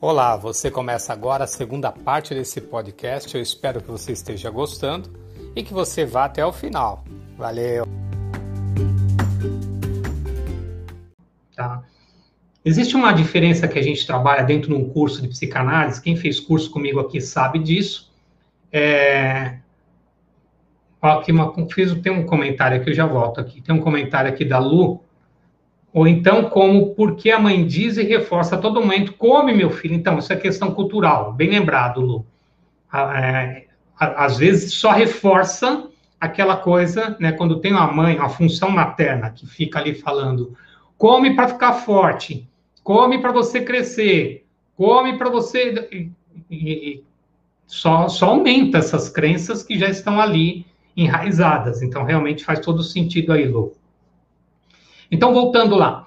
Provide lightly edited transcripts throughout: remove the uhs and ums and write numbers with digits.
Olá, você começa agora a segunda parte desse podcast. Eu espero que você esteja gostando e que você vá até o final. Valeu! Tá. Existe uma diferença que a gente trabalha dentro de um curso de psicanálise. Quem fez curso comigo aqui sabe disso. Tem um comentário aqui, eu já volto aqui. Tem um comentário aqui da Lu. Ou então, porque a mãe diz e reforça a todo momento, come, meu filho. Então, isso é questão cultural. Bem lembrado, Lu. Às vezes, só reforça aquela coisa, né? Quando tem uma mãe, uma função materna, que fica ali falando, come para ficar forte, come para você crescer, come para você... Só aumenta essas crenças que já estão ali enraizadas. Então, realmente faz todo sentido aí, Lu. Então, voltando lá,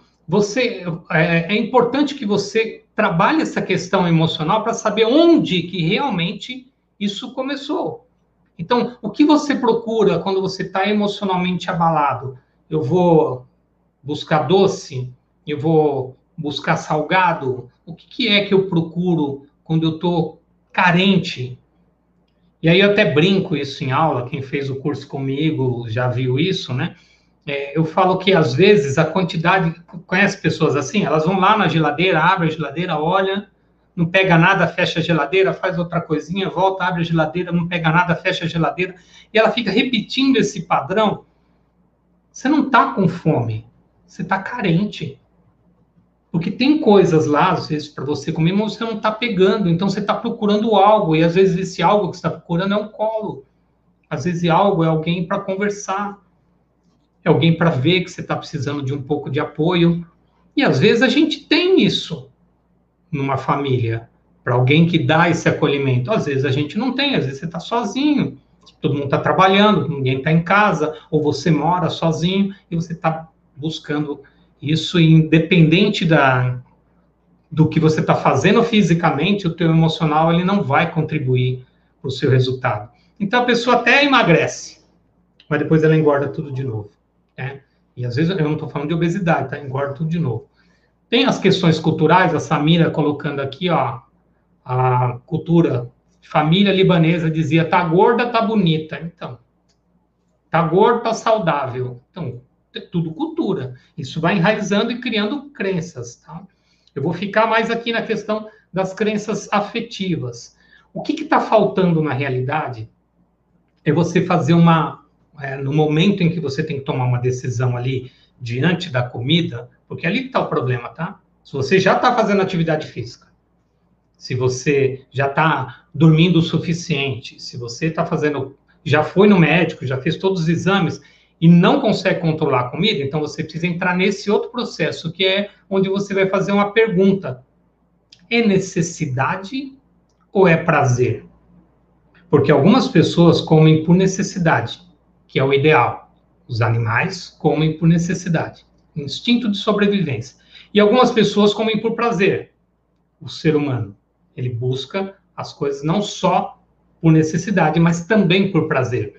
é importante que você trabalhe essa questão emocional para saber onde que realmente isso começou. Então, o que você procura quando você está emocionalmente abalado? Eu vou buscar doce? Eu vou buscar salgado? O que é que eu procuro quando eu estou carente? E aí eu até brinco isso em aula, quem fez o curso comigo já viu isso, né? Eu falo que, às vezes, a quantidade... Conhece pessoas assim? Elas vão lá na geladeira, abre a geladeira, olha, não pega nada, fecha a geladeira, faz outra coisinha, volta, abre a geladeira, não pega nada, fecha a geladeira. E ela fica repetindo esse padrão. Você não está com fome, você está carente. Porque tem coisas lá, às vezes, para você comer, mas você não está pegando. Então, você está procurando algo. E, às vezes, esse algo que você está procurando é um colo. Às vezes, algo é alguém para conversar. É alguém para ver que você está precisando de um pouco de apoio. E, às vezes, a gente tem isso numa família, para alguém que dá esse acolhimento. Às vezes, a gente não tem, às vezes, você está sozinho, todo mundo está trabalhando, ninguém está em casa, ou você mora sozinho e você está buscando isso, independente do que você está fazendo fisicamente, o teu emocional ele não vai contribuir para o seu resultado. Então, a pessoa até emagrece, mas depois ela engorda tudo de novo. Né? E às vezes eu não estou falando de obesidade, tá? Engorda tudo de novo. Tem as questões culturais, a Samira colocando aqui, ó, a cultura, família libanesa dizia, tá gorda, tá bonita. Então, tá gordo, tá saudável. Então, é tudo cultura. Isso vai enraizando e criando crenças, tá? Eu vou ficar mais aqui na questão das crenças afetivas. O que está faltando na realidade é você fazer no momento em que você tem que tomar uma decisão ali diante da comida, porque ali está o problema, tá? Se você já está fazendo atividade física, se você já está dormindo o suficiente, se você está já foi no médico, já fez todos os exames e não consegue controlar a comida, então você precisa entrar nesse outro processo, que é onde você vai fazer uma pergunta. É necessidade ou é prazer? Porque algumas pessoas comem por necessidade, que é o ideal. Os animais comem por necessidade, instinto de sobrevivência. E algumas pessoas comem por prazer. O ser humano, ele busca as coisas não só por necessidade, mas também por prazer.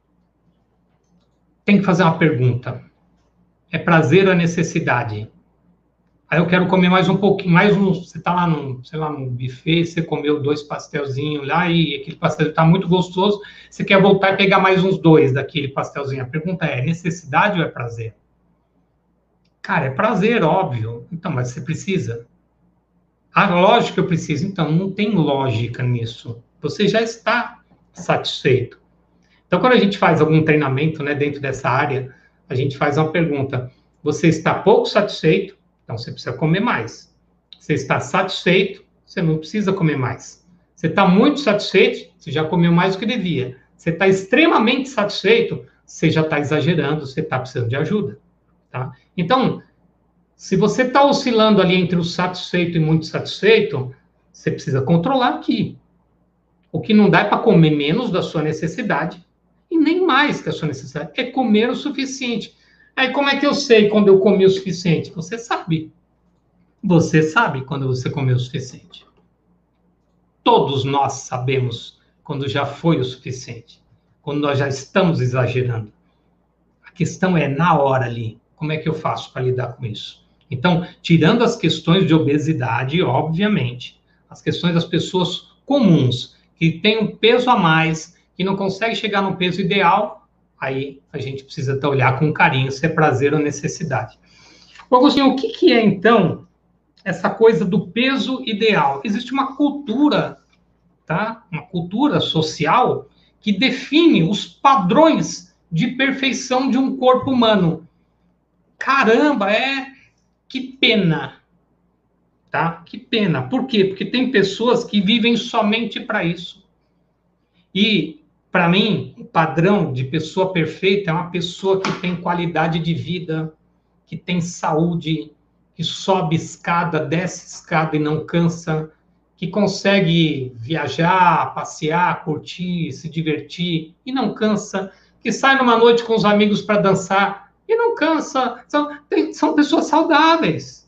Tem que fazer uma pergunta. É prazer ou é necessidade? Aí eu quero comer mais um pouquinho, você está lá no buffet, você comeu 2 pastelzinhos lá e aquele pastel está muito gostoso, você quer voltar e pegar mais uns 2 daquele pastelzinho. A pergunta é necessidade ou é prazer? Cara, é prazer, óbvio. Então, mas você precisa? Lógico que eu preciso. Então, não tem lógica nisso. Você já está satisfeito. Então, quando a gente faz algum treinamento, né, dentro dessa área, a gente faz uma pergunta. Você está pouco satisfeito? Então, você precisa comer mais. Você está satisfeito? Você não precisa comer mais. Você está muito satisfeito? Você já comeu mais do que devia. Você está extremamente satisfeito? Você já está exagerando, você está precisando de ajuda. Tá? Então, se você está oscilando ali entre o satisfeito e muito satisfeito, você precisa controlar aqui. O que não dá é para comer menos da sua necessidade e nem mais que a sua necessidade. É comer o suficiente. Aí, como é que eu sei quando eu comi o suficiente? Você sabe. Você sabe quando você comeu o suficiente. Todos nós sabemos quando já foi o suficiente. Quando nós já estamos exagerando. A questão é na hora ali. Como é que eu faço para lidar com isso? Então, tirando as questões de obesidade, obviamente, as questões das pessoas comuns, que têm um peso a mais, que não conseguem chegar no peso ideal, aí a gente precisa olhar com carinho se é prazer ou necessidade. Agostinho, o que é, então, essa coisa do peso ideal? Existe uma cultura, tá? Uma cultura social que define os padrões de perfeição de um corpo humano. Caramba, que pena, tá? Que pena. Por quê? Porque tem pessoas que vivem somente para isso. E, para mim, o padrão de pessoa perfeita é uma pessoa que tem qualidade de vida, que tem saúde, que sobe escada, desce escada e não cansa, que consegue viajar, passear, curtir, se divertir e não cansa, que sai numa noite com os amigos para dançar e não cansa. São pessoas saudáveis.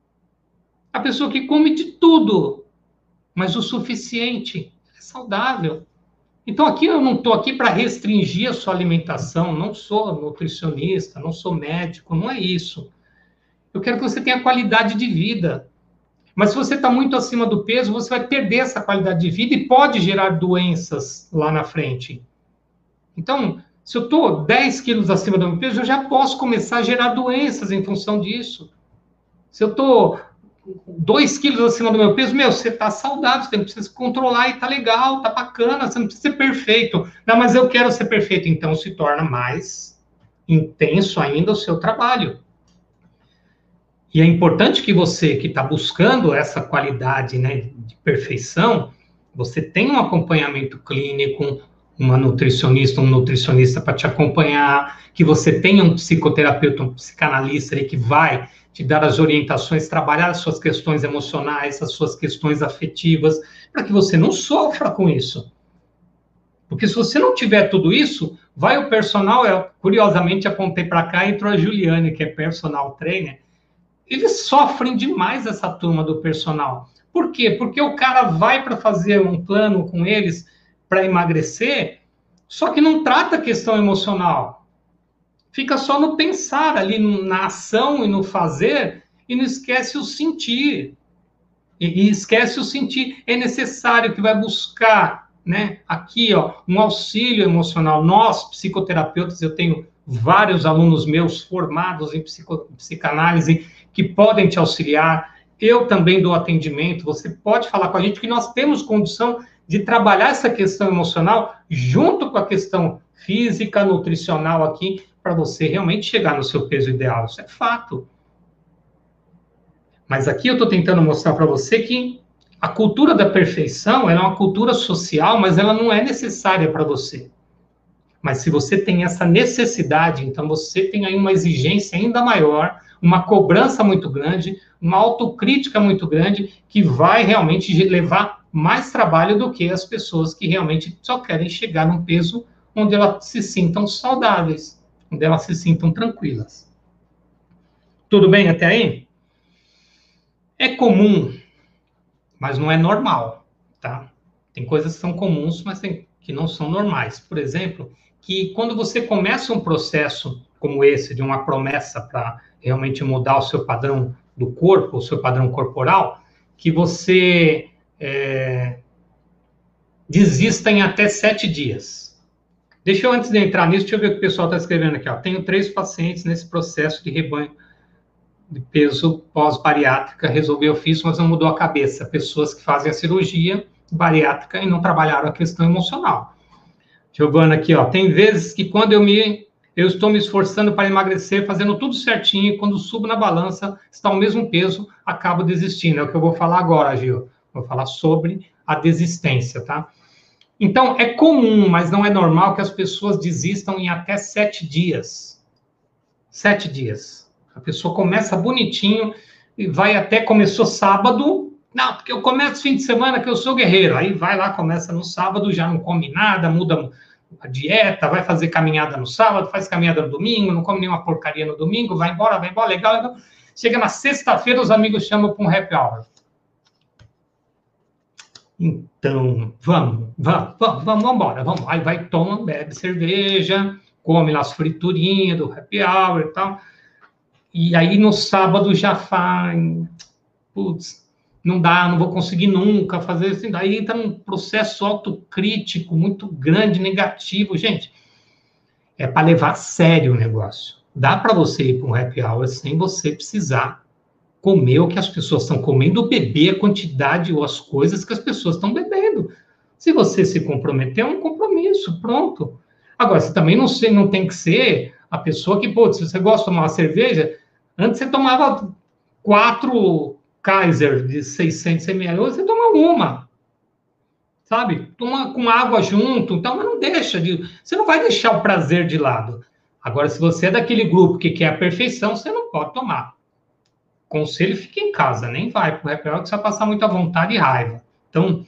A pessoa que come de tudo, mas o suficiente, é saudável. Então, aqui eu não estou aqui para restringir a sua alimentação, não sou nutricionista, não sou médico, não é isso. Eu quero que você tenha qualidade de vida. Mas se você está muito acima do peso, você vai perder essa qualidade de vida e pode gerar doenças lá na frente. Então, se eu estou 10 quilos acima do meu peso, eu já posso começar a gerar doenças em função disso. Se eu estou 2 quilos acima do meu peso, você está saudável, você precisa se controlar e está legal, está bacana, você não precisa ser perfeito. Não, mas eu quero ser perfeito. Então, se torna mais intenso ainda o seu trabalho. E é importante que você, que está buscando essa qualidade, né, de perfeição, você tenha um acompanhamento clínico, uma nutricionista, um nutricionista para te acompanhar, que você tenha um psicoterapeuta, um psicanalista ali que vai te dar as orientações, trabalhar as suas questões emocionais, as suas questões afetivas, para que você não sofra com isso. Porque se você não tiver tudo isso, vai o personal, curiosamente apontei para cá, entrou a Juliane, que é personal trainer, eles sofrem demais, essa turma do personal. Por quê? Porque o cara vai para fazer um plano com eles para emagrecer, só que não trata a questão emocional. Fica só no pensar ali, na ação e no fazer, e não esquece o sentir. E esquece o sentir. É necessário que vai buscar, né, aqui, um auxílio emocional. Nós, psicoterapeutas, eu tenho vários alunos meus formados em psicanálise que podem te auxiliar. Eu também dou atendimento. Você pode falar com a gente que nós temos condição de trabalhar essa questão emocional junto com a questão física, nutricional aqui, para você realmente chegar no seu peso ideal. Isso é fato. Mas aqui eu estou tentando mostrar para você que a cultura da perfeição, ela é uma cultura social, mas ela não é necessária para você. Mas se você tem essa necessidade, então você tem aí uma exigência ainda maior, uma cobrança muito grande, uma autocrítica muito grande, que vai realmente levar mais trabalho do que as pessoas que realmente só querem chegar num peso onde elas se sintam saudáveis, onde elas se sintam tranquilas. Tudo bem até aí? É comum, mas não é normal, tá? Tem coisas que são comuns, mas tem que não são normais. Por exemplo, que quando você começa um processo como esse, de uma promessa para realmente mudar o seu padrão do corpo, o seu padrão corporal, que você desista em até 7 dias. Deixa eu, antes de entrar nisso, deixa eu ver o que o pessoal está escrevendo aqui. Tenho 3 pacientes nesse processo de rebanho de peso pós-bariátrica, resolveu ofício, mas não mudou a cabeça. Pessoas que fazem a cirurgia bariátrica e não trabalharam a questão emocional. Giovana aqui, tem vezes que quando eu estou me esforçando para emagrecer, fazendo tudo certinho, e quando subo na balança, está o mesmo peso, acabo desistindo. É o que eu vou falar agora, Gil. Vou falar sobre a desistência, tá? Então, é comum, mas não é normal que as pessoas desistam em até 7 dias. 7 dias. A pessoa começa bonitinho e vai até, começou sábado, não, porque eu começo fim de semana que eu sou guerreiro. Aí vai lá, começa no sábado, já não come nada, muda a dieta, vai fazer caminhada no sábado, faz caminhada no domingo, não come nenhuma porcaria no domingo, vai embora, legal. Chega na sexta-feira, os amigos chamam para um happy hour. Então, vamos embora, vamos. Aí vai, toma, bebe cerveja, come lá as friturinhas do happy hour e tal. E aí no sábado já faz, não dá, não vou conseguir nunca fazer isso. Daí entra num processo autocrítico muito grande, negativo. Gente, é para levar a sério o negócio. Dá para você ir para um happy hour sem você precisar comer o que as pessoas estão comendo, ou beber a quantidade ou as coisas que as pessoas estão bebendo. Se você se comprometer, é um compromisso, pronto. Agora, você também não tem que ser a pessoa que, pô, se você gosta de tomar uma cerveja, antes você tomava 4 Kaiser de 600 ml, hoje você toma uma, sabe? Toma com água junto, então, mas não deixa de... Você não vai deixar o prazer de lado. Agora, se você é daquele grupo que quer a perfeição, você não pode tomar. Conselho, fica em casa, nem vai para o happy hour, que você vai passar muita vontade e raiva. Então,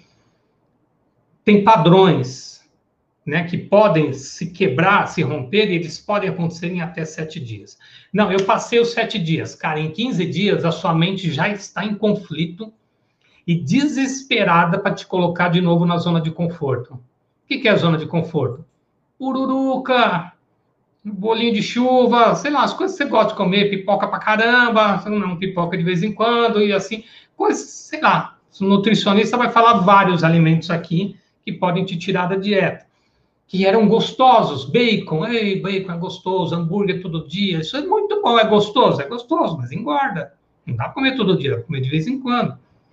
tem padrões, né, que podem se quebrar, se romper, e eles podem acontecer em até 7 dias. Não, eu passei os 7 dias. Cara, em 15 dias, a sua mente já está em conflito e desesperada para te colocar de novo na zona de conforto. O que é a zona de conforto? Pururuca, bolinho de chuva, sei lá, as coisas que você gosta de comer, pipoca pra caramba, não, pipoca de vez em quando, e assim, coisas, sei lá. O nutricionista vai falar vários alimentos aqui que podem te tirar da dieta, que eram gostosos, bacon, ei, bacon é gostoso, hambúrguer todo dia, isso é muito bom, é gostoso, mas engorda. Não dá para comer todo dia, dá para comer de vez em quando.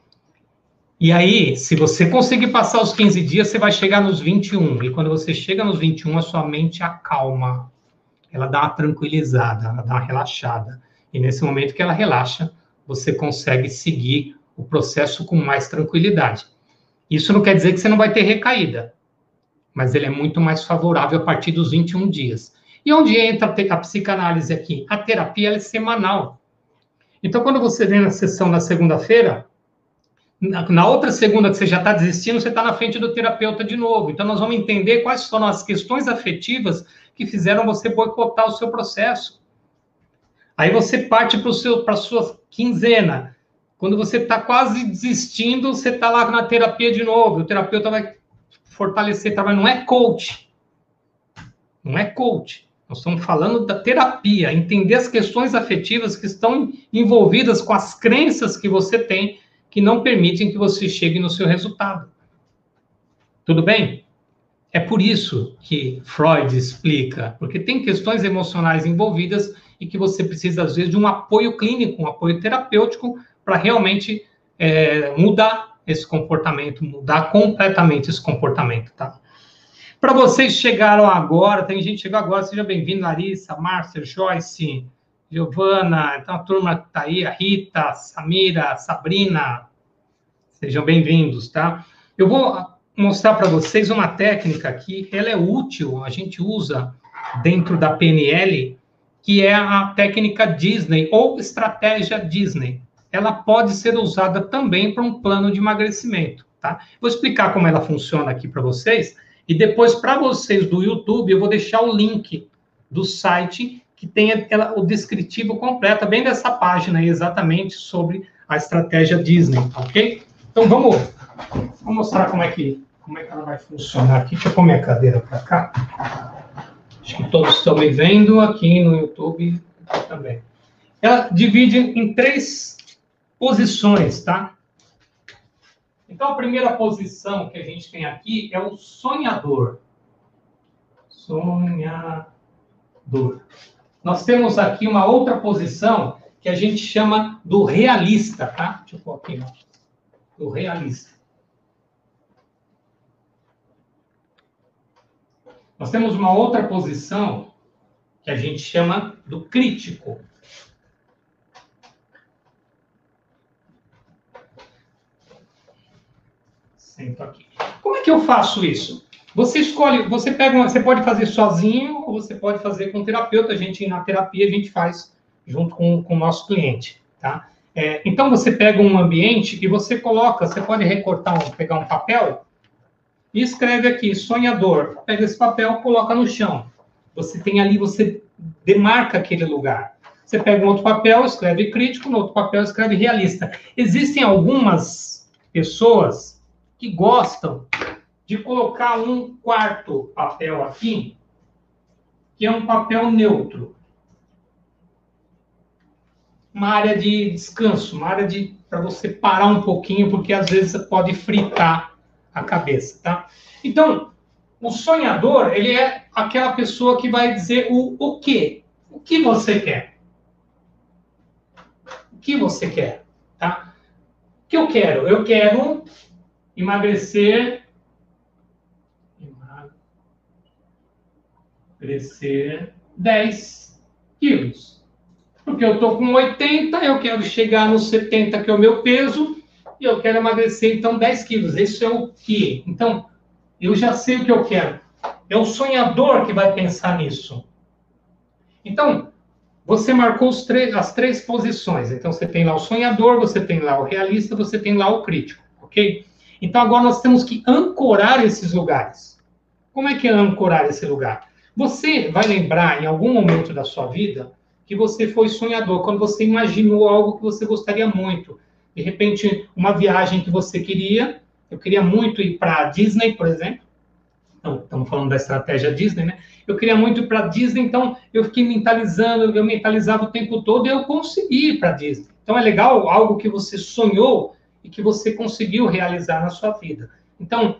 E aí, se você conseguir passar os 15 dias, você vai chegar nos 21, e quando você chega nos 21, a sua mente acalma, ela dá uma tranquilizada, ela dá uma relaxada. E nesse momento que ela relaxa, você consegue seguir o processo com mais tranquilidade. Isso não quer dizer que você não vai ter recaída, mas ele é muito mais favorável a partir dos 21 dias. E onde entra a psicanálise aqui? A terapia ela é semanal. Então, quando você vem na sessão na segunda-feira, na outra segunda que você já está desistindo, você está na frente do terapeuta de novo. Então, nós vamos entender quais foram as questões afetivas que fizeram você boicotar o seu processo. Aí você parte para a sua quinzena. Quando você está quase desistindo, você está lá na terapia de novo. O terapeuta vai fortalecer o trabalho. Não é coach. Não é coach. Nós estamos falando da terapia. Entender as questões afetivas que estão envolvidas com as crenças que você tem que não permitem que você chegue no seu resultado. Tudo bem? É por isso que Freud explica, porque tem questões emocionais envolvidas e que você precisa, às vezes, de um apoio clínico, um apoio terapêutico, para realmente mudar esse comportamento, mudar completamente esse comportamento, tá? Para vocês que chegaram agora, tem gente que chegou agora, seja bem-vindo, Larissa, Márcia, Joyce, Giovana, então a turma que está aí, a Rita, Samira, Sabrina, sejam bem-vindos, tá? Eu vou mostrar para vocês uma técnica aqui, ela é útil, a gente usa dentro da PNL, que é a técnica Disney, ou estratégia Disney. Ela pode ser usada também para um plano de emagrecimento, tá? Vou explicar como ela funciona aqui para vocês, e depois, para vocês do YouTube, eu vou deixar o link do site que tem o descritivo completo, bem dessa página aí, exatamente sobre a estratégia Disney, ok? Então, vamos mostrar como é que ela vai funcionar aqui. Deixa eu pôr minha cadeira para cá. Acho que todos estão me vendo aqui no YouTube também. Ela divide em 3 posições, tá? Então, a primeira posição que a gente tem aqui é o sonhador. Sonhador. Nós temos aqui uma outra posição que a gente chama do realista, tá? Deixa eu pôr aqui, ó. Do realista. Nós temos uma outra posição que a gente chama do crítico. Sento aqui. Como é que eu faço isso? Você escolhe, você pode fazer sozinho ou você pode fazer com um terapeuta. Na terapia a gente faz junto com o nosso cliente, tá? Então você pega um ambiente e você pode pegar um papel e escreve aqui, sonhador. Pega esse papel, coloca no chão. Você tem ali, você demarca aquele lugar. Você pega um outro papel, escreve crítico, no outro papel escreve realista. Existem algumas pessoas que gostam de colocar um quarto papel aqui, que é um papel neutro. Uma área de descanso, uma área de para você parar um pouquinho, porque às vezes pode fritar a cabeça, tá? Então, o sonhador, ele é aquela pessoa que vai dizer o quê? O que você quer? O que você quer, tá? O que eu quero? Eu quero emagrecer 10 quilos. Porque eu estou com 80, eu quero chegar nos 70, que é o meu peso, e eu quero emagrecer, então, 10 quilos. Isso é o quê? Então, eu já sei o que eu quero. É o sonhador que vai pensar nisso. Então, você marcou as 3 posições. Então, você tem lá o sonhador, você tem lá o realista, você tem lá o crítico, ok? Então, agora nós temos que ancorar esses lugares. Como é que é ancorar esse lugar? Você vai lembrar, em algum momento da sua vida, que você foi sonhador, quando você imaginou algo que você gostaria muito. De repente, uma viagem que você queria. Eu queria muito ir para a Disney, por exemplo. Então, estamos falando da estratégia Disney, né? Eu queria muito ir para a Disney, então eu fiquei mentalizando, eu mentalizava o tempo todo e eu consegui ir para a Disney. Então, é legal algo que você sonhou e que você conseguiu realizar na sua vida. Então,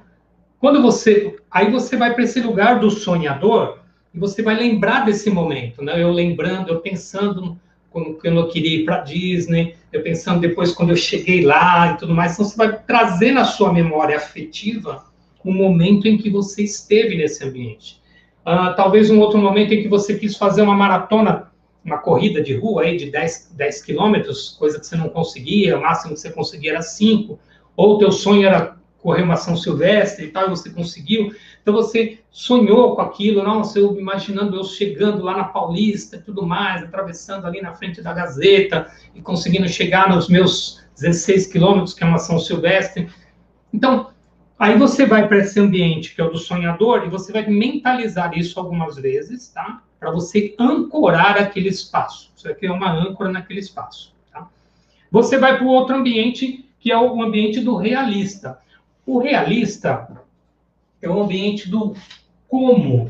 aí você vai para esse lugar do sonhador e você vai lembrar desse momento, né? Eu lembrando, eu pensando quando eu queria ir para Disney, eu pensando depois quando eu cheguei lá e tudo mais. Então você vai trazer na sua memória afetiva o momento em que você esteve nesse ambiente. Talvez um outro momento em que você quis fazer uma maratona, uma corrida de rua aí de 10 quilômetros, coisa que você não conseguia, o máximo que você conseguia era 5, ou o teu sonho era correr uma São Silvestre e tal, e você conseguiu. Então, você sonhou com aquilo, nossa, eu imaginando eu chegando lá na Paulista e tudo mais, atravessando ali na frente da Gazeta e conseguindo chegar nos meus 16 quilômetros, que é uma São Silvestre. Então, aí você vai para esse ambiente que é o do sonhador e você vai mentalizar isso algumas vezes, tá? Para você ancorar aquele espaço. Isso aqui é uma âncora naquele espaço, tá? Você vai para o outro ambiente, que é o ambiente do realista. O realista é o ambiente do como.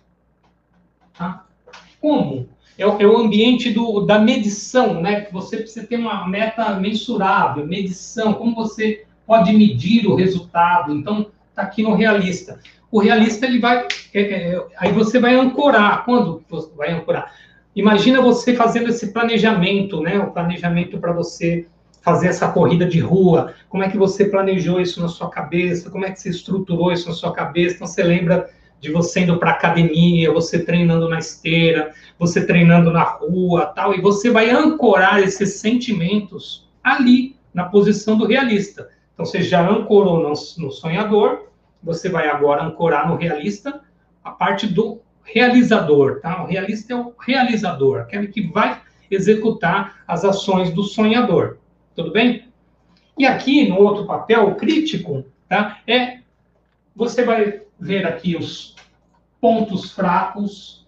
Tá? Como? É o ambiente da medição, né? Que você precisa ter uma meta mensurável, medição, como você pode medir o resultado. Então, está aqui no realista. O realista, ele vai... aí você vai ancorar. Quando você vai ancorar? Imagina você fazendo esse planejamento, né? O planejamento para você fazer essa corrida de rua, como é que você planejou isso na sua cabeça, como é que você estruturou isso na sua cabeça. Então, você lembra de você indo para a academia, você treinando na esteira, você treinando na rua, tal, e você vai ancorar esses sentimentos ali, na posição do realista. Então, você já ancorou no sonhador, você vai agora ancorar no realista a parte do realizador, tá? O realista é o realizador, aquele que vai executar as ações do sonhador. Tudo bem? E aqui, no outro papel, o crítico, tá? Você vai ver aqui os pontos fracos.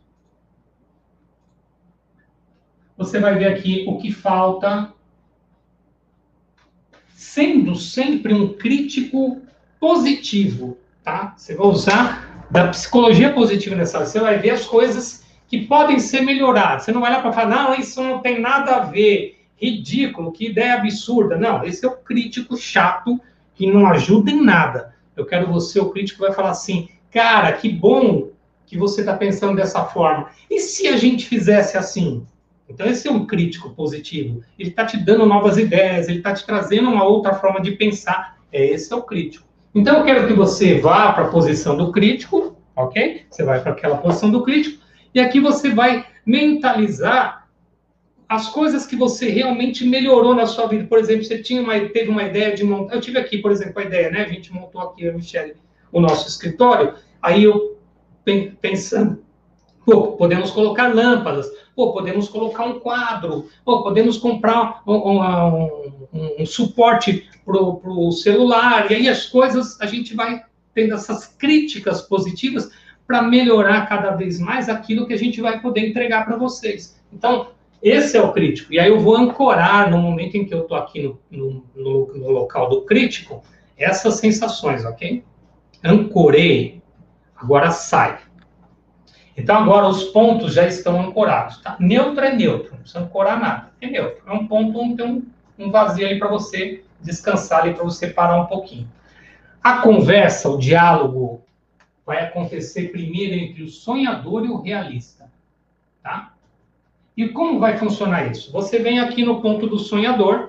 Você vai ver aqui o que falta. Sendo sempre um crítico positivo, tá? Você vai usar da psicologia positiva nessa hora. Você vai ver as coisas que podem ser melhoradas. Você não vai lá para falar, não, isso não tem nada a ver. Ridículo, que ideia absurda. Não, esse é o crítico chato que não ajuda em nada. Eu quero você, o crítico, vai falar assim, cara, que bom que você está pensando dessa forma. E se a gente fizesse assim? Então, esse é um crítico positivo. Ele está te dando novas ideias, ele está te trazendo uma outra forma de pensar. Esse é o crítico. Então, eu quero que você vá para a posição do crítico, ok? Você vai para aquela posição do crítico, e aqui você vai mentalizar as coisas que você realmente melhorou na sua vida. Por exemplo, você teve uma ideia de montar... Eu tive aqui, por exemplo, a ideia, né? A gente montou aqui, eu e a Michelle, o nosso escritório. Aí eu pensando, podemos colocar lâmpadas, podemos colocar um quadro, podemos comprar um suporte para o celular. E aí as coisas, a gente vai tendo essas críticas positivas para melhorar cada vez mais aquilo que a gente vai poder entregar para vocês. Então, esse é o crítico. E aí eu vou ancorar, no momento em que eu estou aqui no local do crítico, essas sensações, ok? Ancorei. Agora sai. Então, agora os pontos já estão ancorados. Tá? Neutro é neutro. Não precisa ancorar nada. É neutro. É um ponto onde tem um vazio ali para você descansar ali, para você parar um pouquinho. A conversa, o diálogo, vai acontecer primeiro entre o sonhador e o realista, tá? E como vai funcionar isso? Você vem aqui no ponto do sonhador.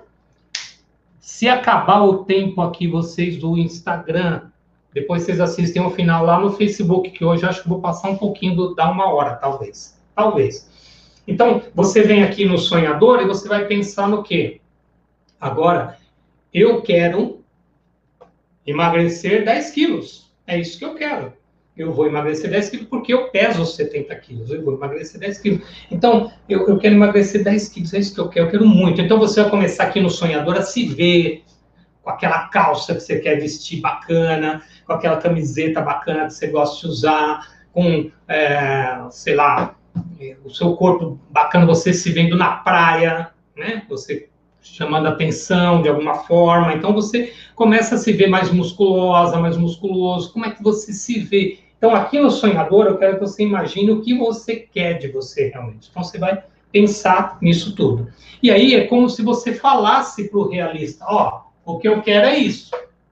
Se acabar o tempo aqui, vocês do Instagram, depois vocês assistem o final lá no Facebook, que hoje eu acho que vou passar um pouquinho, dar 1 hora, talvez. Talvez. Então, você vem aqui no sonhador e você vai pensar no quê? Agora, eu quero emagrecer 10 quilos. É isso que eu quero. Eu vou emagrecer 10 quilos porque eu peso 70 quilos. Eu vou emagrecer 10 quilos. Então, eu quero emagrecer 10 quilos. É isso que eu quero muito. Então, você vai começar aqui no sonhador a se ver com aquela calça que você quer vestir bacana, com aquela camiseta bacana que você gosta de usar, com, sei lá, o seu corpo bacana, você se vendo na praia, né? Você chamando atenção de alguma forma. Então, você começa a se ver mais musculosa, mais musculoso. Como é que você se vê? Então, aqui no sonhador, eu quero que você imagine o que você quer de você realmente. Então, você vai pensar nisso tudo. E aí, é como se você falasse para o realista, ó, o que eu quero é isso.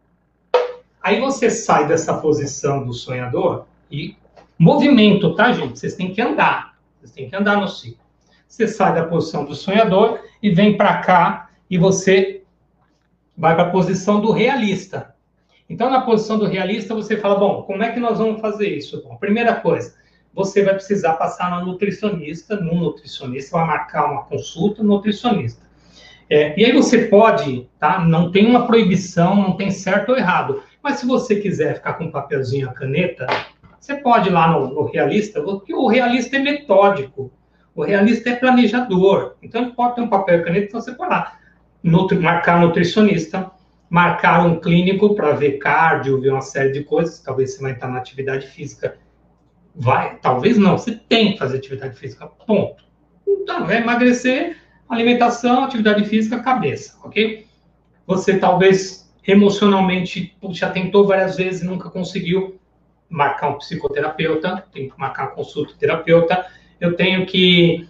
Aí você sai dessa posição do sonhador e movimento, tá, gente? Vocês têm que andar. Vocês têm que andar no ciclo. Você sai da posição do sonhador e vem para cá e você vai para a posição do realista. Então, na posição do realista, você fala, bom, como é que nós vamos fazer isso? Bom, primeira coisa, você vai precisar passar no nutricionista, vai marcar uma consulta no nutricionista. E aí você pode, tá? Não tem uma proibição, não tem certo ou errado, mas se você quiser ficar com um papelzinho, a caneta, você pode ir lá no realista, porque o realista é metódico, o realista é planejador, então ele pode ter um papel e caneta, então você pode lá marcar nutricionista, marcar um clínico para ver cardio, ver uma série de coisas, talvez você vai estar na atividade física, talvez não, você tem que fazer atividade física, ponto. Então, vai emagrecer, alimentação, atividade física, cabeça, ok? Você talvez emocionalmente já tentou várias vezes e nunca conseguiu marcar um psicoterapeuta, tem que marcar uma consulta terapeuta, eu tenho que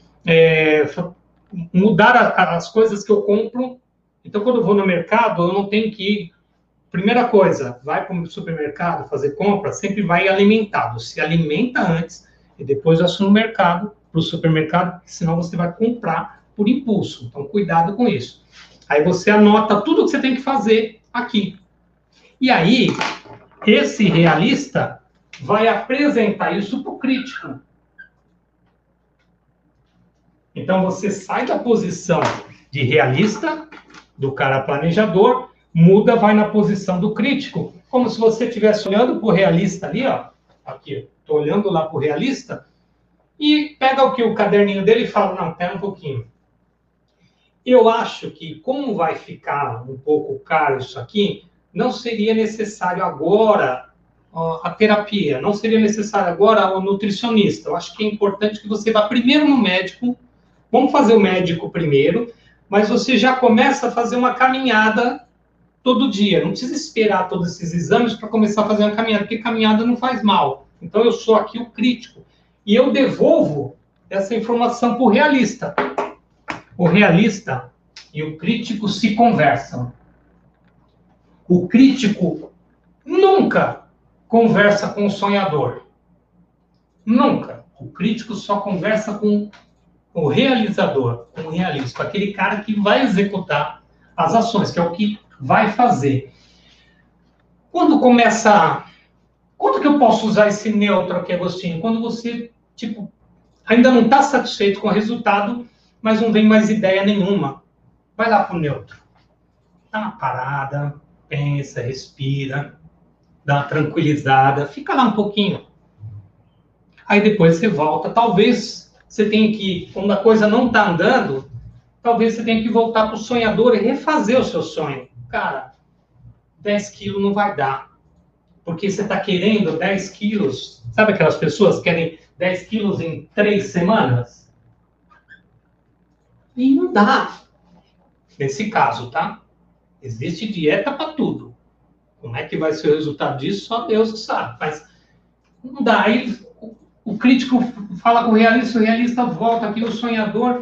mudar as coisas que eu compro. Então, quando eu vou no mercado, eu não tenho que ir. Primeira coisa, vai para o supermercado fazer compra, sempre vai alimentado. Se alimenta antes e depois vai no mercado, para o supermercado, senão você vai comprar por impulso. Então, cuidado com isso. Aí você anota tudo o que você tem que fazer aqui. E aí, esse realista vai apresentar isso para o crítico. Então, você sai da posição de realista, do cara planejador, muda, vai na posição do crítico, como se você estivesse olhando para o realista ali, ó. Aqui, estou olhando lá para o realista, e pega o caderninho dele e fala, não, pera um pouquinho. Eu acho que, como vai ficar um pouco caro isso aqui, não seria necessário agora a terapia, não seria necessário agora o nutricionista. Eu acho que é importante que você vá primeiro no médico. Vamos fazer o médico primeiro, mas você já começa a fazer uma caminhada todo dia. Não precisa esperar todos esses exames para começar a fazer uma caminhada, porque caminhada não faz mal. Então, eu sou aqui o crítico. E eu devolvo essa informação para o realista. O realista e o crítico se conversam. O crítico nunca conversa com o sonhador. Nunca. O crítico só conversa com o realizador, com o realista, com aquele cara que vai executar as ações, que é o que vai fazer. Quando que eu posso usar esse neutro aqui, Agostinho? Quando você, ainda não está satisfeito com o resultado, mas não vem mais ideia nenhuma. Vai lá para o neutro. Dá uma parada, pensa, respira, dá uma tranquilizada, fica lá um pouquinho. Aí depois você volta. Talvez você tenha que, quando a coisa não está andando, talvez você tenha que voltar para o sonhador e refazer o seu sonho. Cara, 10 quilos não vai dar. Porque você está querendo 10 quilos. Sabe aquelas pessoas que querem 10 quilos em 3 semanas? E não dá. Nesse caso, tá? Existe dieta para tudo. Como é que vai ser o resultado disso? Só Deus sabe. Mas não dá. Aí o crítico fala com o realista volta aqui, o sonhador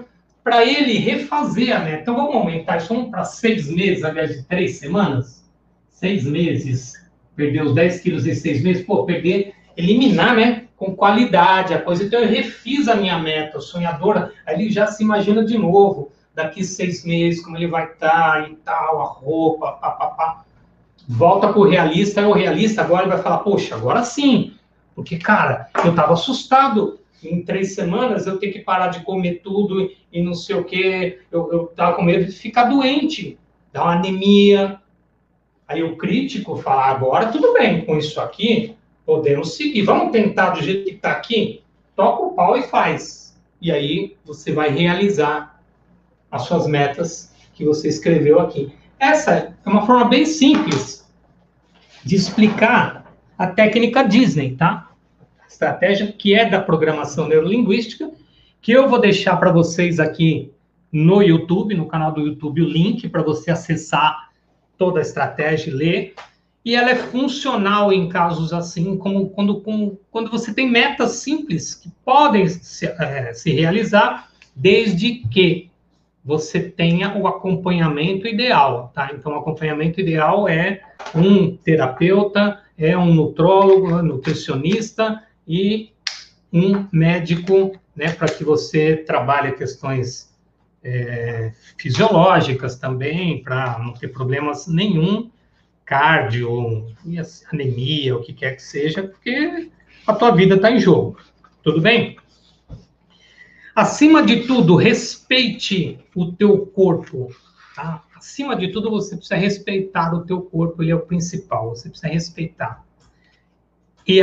para ele refazer a meta. Então, vamos aumentar isso para 6 meses, ao invés de 3 semanas? 6 meses, perder os 10 quilos em 6 meses, eliminar, né? Com qualidade a coisa. Então, eu refiz a minha meta, sonhadora, aí ele já se imagina de novo, daqui 6 meses, como ele vai estar e tal, a roupa, papapá. Volta para o realista, e o realista agora vai falar, poxa, agora sim, porque, cara, eu estava assustado, em 3 semanas eu tenho que parar de comer tudo e não sei o quê, eu estava com medo de ficar doente, dar uma anemia. Aí o crítico fala, agora tudo bem, com isso aqui, podemos seguir, vamos tentar do jeito que está aqui, toca o pau e faz. E aí você vai realizar as suas metas que você escreveu aqui. Essa é uma forma bem simples de explicar a técnica Disney, tá? Estratégia que é da programação neurolinguística, que eu vou deixar para vocês aqui no YouTube, no canal do YouTube, o link para você acessar toda a estratégia e ler. E ela é funcional em casos assim, como quando você tem metas simples que podem se realizar, desde que você tenha o acompanhamento ideal, tá? Então, o acompanhamento ideal é um terapeuta, é um nutrólogo, nutricionista e um médico, né, para que você trabalhe questões fisiológicas também, para não ter problemas nenhum, cardio, anemia, o que quer que seja, porque a tua vida está em jogo. Tudo bem? Acima de tudo, respeite o teu corpo, tá? Acima de tudo, você precisa respeitar o teu corpo, ele é o principal, você precisa respeitar. E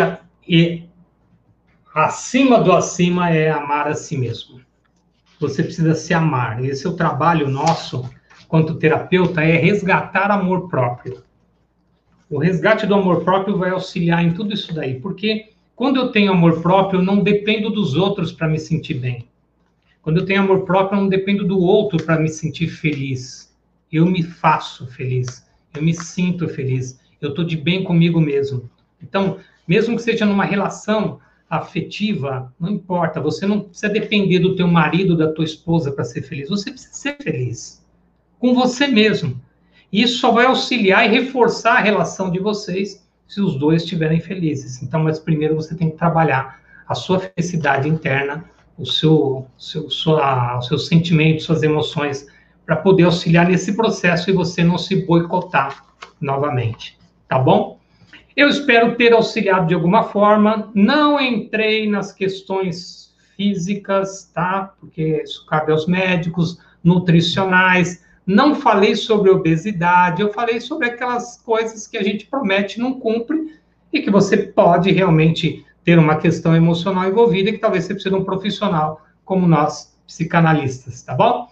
acima do acima é amar a si mesmo. Você precisa se amar. Esse é o trabalho nosso, quanto terapeuta, é resgatar amor próprio. O resgate do amor próprio vai auxiliar em tudo isso daí, porque quando eu tenho amor próprio, eu não dependo dos outros para me sentir bem. Quando eu tenho amor próprio, eu não dependo do outro para me sentir feliz. Eu me faço feliz, eu me sinto feliz, eu estou de bem comigo mesmo. Então, mesmo que seja numa relação afetiva, não importa, você não precisa depender do teu marido, da tua esposa para ser feliz, você precisa ser feliz com você mesmo. E isso só vai auxiliar e reforçar a relação de vocês se os dois estiverem felizes. Então, mas primeiro você tem que trabalhar a sua felicidade interna, os seus sentimentos, suas emoções, para poder auxiliar nesse processo e você não se boicotar novamente, tá bom? Eu espero ter auxiliado de alguma forma, não entrei nas questões físicas, tá? Porque isso cabe aos médicos, nutricionais, não falei sobre obesidade, eu falei sobre aquelas coisas que a gente promete e não cumpre e que você pode realmente ter uma questão emocional envolvida e que talvez você precise de um profissional como nós, psicanalistas, tá bom?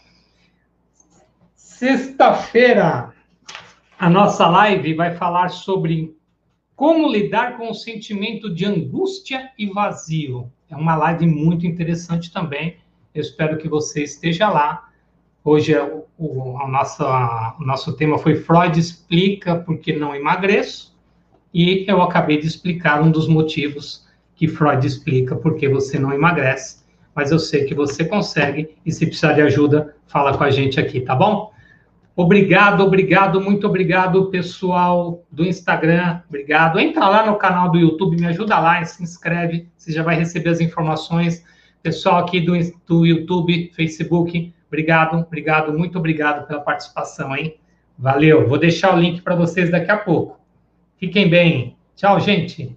Sexta-feira, a nossa live vai falar sobre como lidar com o sentimento de angústia e vazio. É uma live muito interessante também, eu espero que você esteja lá. Hoje o nosso tema foi Freud explica por que não emagreço, e eu acabei de explicar um dos motivos que Freud explica por que você não emagrece, mas eu sei que você consegue, e se precisar de ajuda, fala com a gente aqui, tá bom? Obrigado, muito obrigado, pessoal do Instagram, obrigado. Entra lá no canal do YouTube, me ajuda lá, se inscreve, você já vai receber as informações. Pessoal aqui do YouTube, Facebook, obrigado, muito obrigado pela participação, hein? Valeu, vou deixar o link para vocês daqui a pouco. Fiquem bem. Tchau, gente.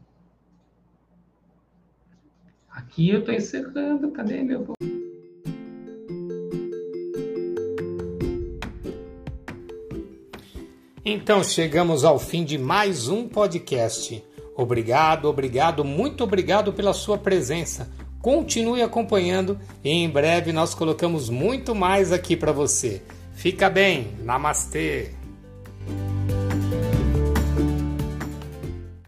Aqui eu estou encerrando, cadê meu... Então chegamos ao fim de mais um podcast. Obrigado, muito obrigado pela sua presença. Continue acompanhando e em breve nós colocamos muito mais aqui para você. Fica bem, namastê!